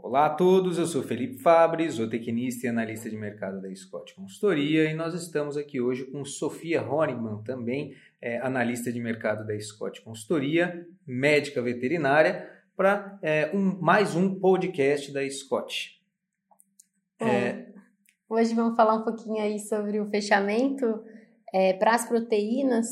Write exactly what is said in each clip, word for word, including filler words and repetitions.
Olá a todos, eu sou Felipe Fabre, zootecnista e analista de mercado da Scott Consultoria, e nós estamos aqui hoje com Sofia Honigman, também é, analista de mercado da Scott Consultoria, médica veterinária, para é, um, mais um podcast da Scott. É, hoje vamos falar um pouquinho aí sobre o fechamento é, para as proteínas,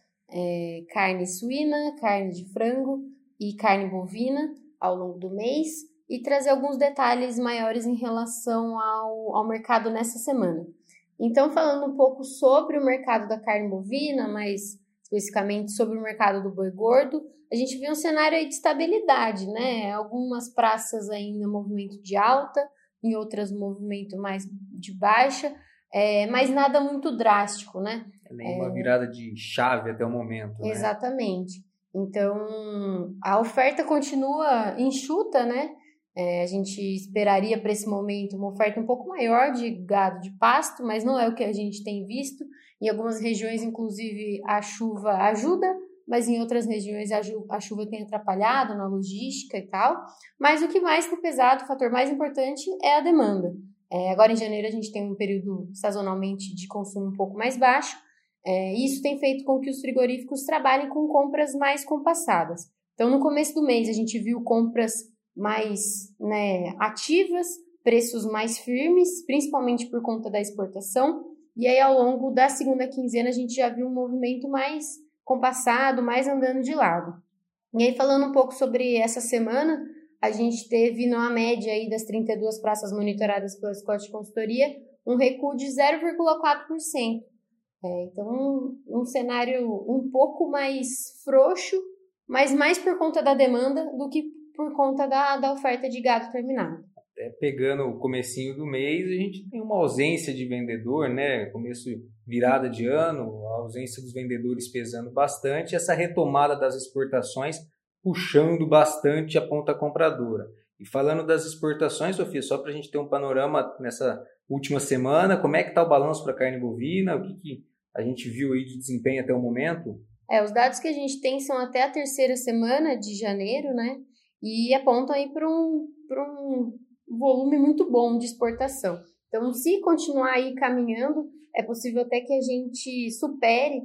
é, carne suína, carne de frango e carne bovina ao longo do mês, e trazer alguns detalhes maiores em relação ao, ao mercado nessa semana. Então, falando um pouco sobre o mercado da carne bovina, mais especificamente sobre o mercado do boi gordo, a gente vê um cenário aí de estabilidade, né? Algumas praças ainda movimento de alta, em outras movimento mais de baixa, é, mas nada muito drástico, né? É nenhuma é... virada de chave até o momento, né? Exatamente. Então, a oferta continua enxuta, né? É, a gente esperaria para esse momento uma oferta um pouco maior de gado de pasto, mas não é o que a gente tem visto. Em algumas regiões, inclusive, a chuva ajuda, mas em outras regiões a, ju- a chuva tem atrapalhado na logística e tal. Mas o que mais tem pesado, o fator mais importante, é a demanda. É, agora, em janeiro, a gente tem um período sazonalmente de consumo um pouco mais baixo. É, isso tem feito com que os frigoríficos trabalhem com compras mais compassadas. Então, no começo do mês, a gente viu compras mais né, ativas, preços mais firmes, principalmente por conta da exportação. E aí, ao longo da segunda quinzena, a gente já viu um movimento mais compassado, mais andando de lado. E aí, falando um pouco sobre essa semana, a gente teve, na média aí das trinta e duas praças monitoradas pela Scott Consultoria, um recuo de zero vírgula quatro por cento. É, então, um, um cenário um pouco mais frouxo, mas mais por conta da demanda do que por conta da, da oferta de gado terminado. É, pegando o comecinho do mês, a gente tem uma ausência de vendedor, né? Começo virada de ano, a ausência dos vendedores pesando bastante, essa retomada das exportações puxando bastante a ponta compradora. E falando das exportações, Sofia, só para a gente ter um panorama nessa última semana, como é que está o balanço para a carne bovina? O que, que a gente viu aí de desempenho até o momento? É, os dados que a gente tem são até a terceira semana de janeiro, né? E apontam aí para um, para um volume muito bom de exportação. Então, se continuar aí caminhando, é possível até que a gente supere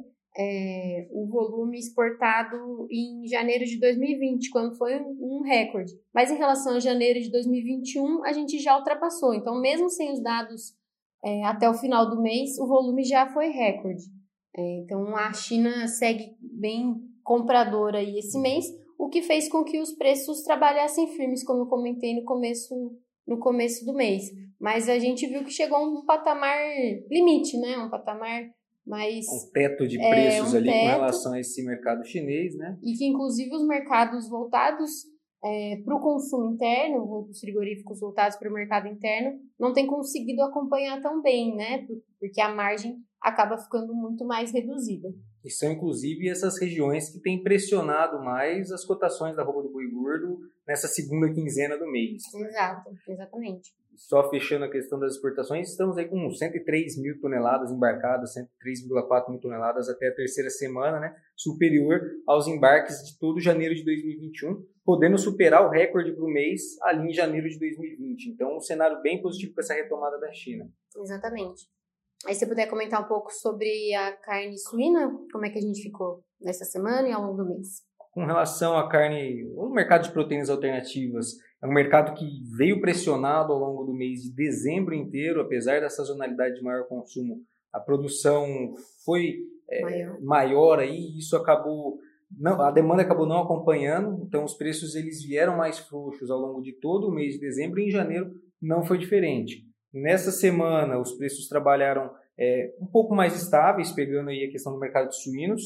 é, o volume exportado em janeiro de dois mil e vinte, quando foi um recorde. Mas em relação a janeiro de dois mil e vinte e um, a gente já ultrapassou. Então, mesmo sem os dados é, até o final do mês, o volume já foi recorde. É, então, a China segue bem compradora aí esse mês, o que fez com que os preços trabalhassem firmes, como eu comentei no começo, no começo do mês. Mas a gente viu que chegou a um patamar limite, né? Um patamar mais... Um teto de preços é, um ali teto, com relação a esse mercado chinês, né? E que, inclusive, os mercados voltados é, para o consumo interno, os frigoríficos voltados para o mercado interno, não têm conseguido acompanhar tão bem, né? Porque a margem acaba ficando muito mais reduzida. E são, inclusive, essas regiões que têm pressionado mais as cotações da arroba do boi gordo nessa segunda quinzena do mês. Exato, exatamente. Só fechando a questão das exportações, estamos aí com cento e três mil toneladas embarcadas, cento e três vírgula quatro mil toneladas até a terceira semana, né? Superior aos embarques de todo janeiro de dois mil e vinte e um, podendo superar o recorde para o mês ali em janeiro de dois mil e vinte. Então, um cenário bem positivo para essa retomada da China. Exatamente. Aí, se você puder comentar um pouco sobre a carne suína, como é que a gente ficou nessa semana e ao longo do mês? Com relação à carne, o mercado de proteínas alternativas é um mercado que veio pressionado ao longo do mês de dezembro inteiro, apesar da sazonalidade de maior consumo, a produção foi é, maior. maior aí, e isso acabou, não, a demanda acabou não acompanhando, então os preços eles vieram mais frouxos ao longo de todo o mês de dezembro, e em janeiro não foi diferente. Nessa semana, os preços trabalharam é, um pouco mais estáveis, pegando aí a questão do mercado de suínos.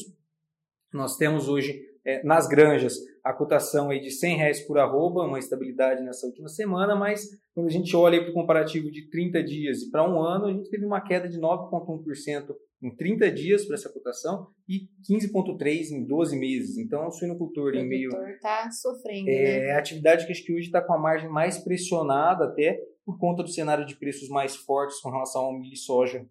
Nós temos hoje, é, nas granjas, a cotação aí de cem reais por arroba, uma estabilidade nessa última semana, mas quando a gente olha para o comparativo de trinta dias e para um ano, a gente teve uma queda de nove vírgula um por cento em trinta dias para essa cotação e quinze vírgula três por cento em doze meses. Então, o suinocultor em meio... O produtor está sofrendo, é, né? É a atividade que acho que hoje está com a margem mais pressionada até por conta do cenário de preços mais fortes com relação ao milho e soja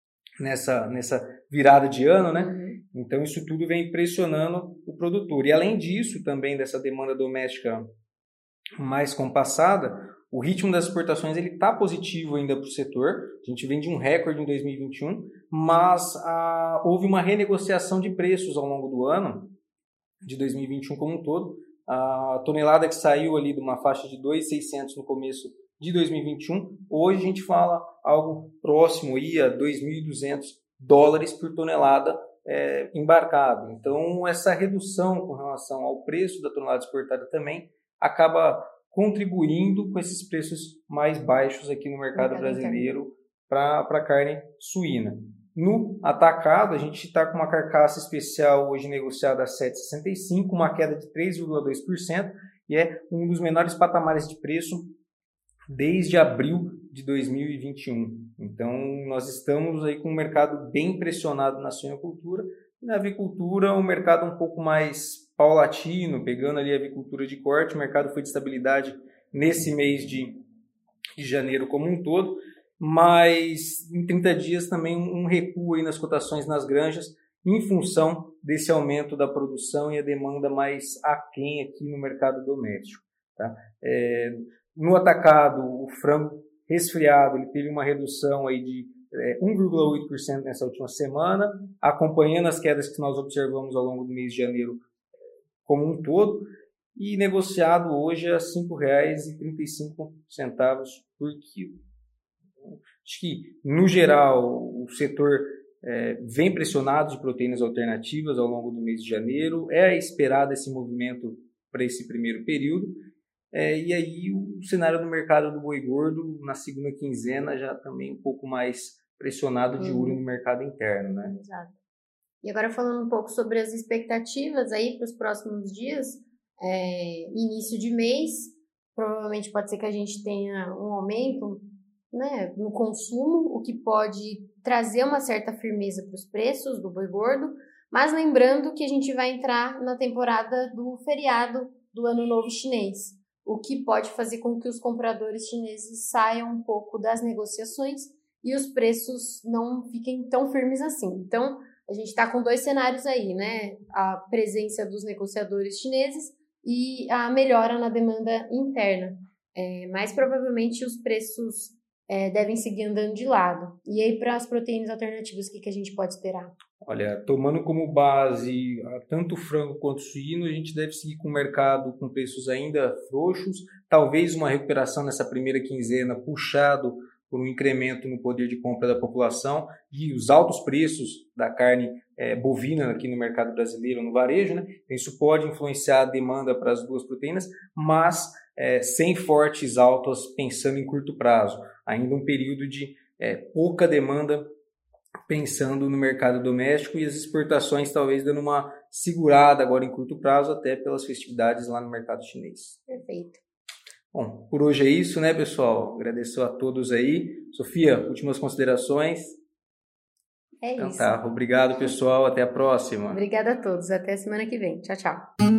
nessa, nessa virada de ano, né? Uhum. Então, isso tudo vem pressionando o produtor. E, além disso, também dessa demanda doméstica mais compassada, O ritmo das exportações está positivo ainda para o setor. A gente vem de um recorde em dois mil e vinte e um, mas ah, houve uma renegociação de preços ao longo do ano, de dois mil e vinte e um como um todo. A tonelada que saiu ali de uma faixa de dois mil e seiscentos no começo de dois mil e vinte e um, hoje a gente fala algo próximo aí a dois mil e duzentos dólares por tonelada é, embarcado. Então, essa redução com relação ao preço da tonelada exportada também acaba contribuindo com esses preços mais baixos aqui no mercado brasileiro para a carne suína. No atacado, a gente está com uma carcaça especial hoje negociada a sete reais e sessenta e cinco centavos, uma queda de três vírgula dois por cento, e é um dos menores patamares de preço desde abril de dois mil e vinte e um. Então, nós estamos aí com um mercado bem pressionado na suinocultura, e na avicultura um mercado um pouco mais paulatino, pegando ali a avicultura de corte. O mercado foi de estabilidade nesse mês de, de janeiro como um todo, mas em trinta dias também um recuo aí nas cotações nas granjas, em função desse aumento da produção e a demanda mais aquém aqui no mercado doméstico. Tá? É, no atacado, o frango resfriado ele teve uma redução aí de é, um vírgula oito por cento nessa última semana, acompanhando as quedas que nós observamos ao longo do mês de janeiro como um todo, e negociado hoje a cinco reais e trinta e cinco centavos por quilo. Acho que, no geral, o setor é, vem pressionado de proteínas alternativas ao longo do mês de janeiro. É esperado esse movimento para esse primeiro período. É, e aí o cenário do mercado do boi gordo, na segunda quinzena, já também um pouco mais pressionado de olho no mercado interno, né? Exato. E agora falando um pouco sobre as expectativas aí para os próximos dias, é, início de mês, provavelmente pode ser que a gente tenha um aumento, né, no consumo, o que pode trazer uma certa firmeza para os preços do boi gordo, mas lembrando que a gente vai entrar na temporada do feriado do Ano Novo Chinês, o que pode fazer com que os compradores chineses saiam um pouco das negociações e os preços não fiquem tão firmes assim. Então, a gente está com dois cenários aí, né? A presença dos negociadores chineses e a melhora na demanda interna. É, mas provavelmente os preços é, devem seguir andando de lado. E aí, para as proteínas alternativas, o que, que a gente pode esperar? Olha, tomando como base tanto frango quanto suíno, a gente deve seguir com o mercado com preços ainda frouxos, talvez uma recuperação nessa primeira quinzena, puxado por um incremento no poder de compra da população e os altos preços da carne é, bovina aqui no mercado brasileiro, no varejo, né? Isso pode influenciar a demanda para as duas proteínas, mas é, sem fortes altas pensando em curto prazo. Ainda um período de é, pouca demanda pensando no mercado doméstico e as exportações talvez dando uma segurada agora em curto prazo, até pelas festividades lá no mercado chinês. Perfeito. Bom, por hoje é isso, né, pessoal? Agradeço a todos aí. Sofia, últimas considerações? É então, isso. Tá, obrigado, pessoal. Até a próxima. Obrigada a todos. Até semana que vem. Tchau, tchau.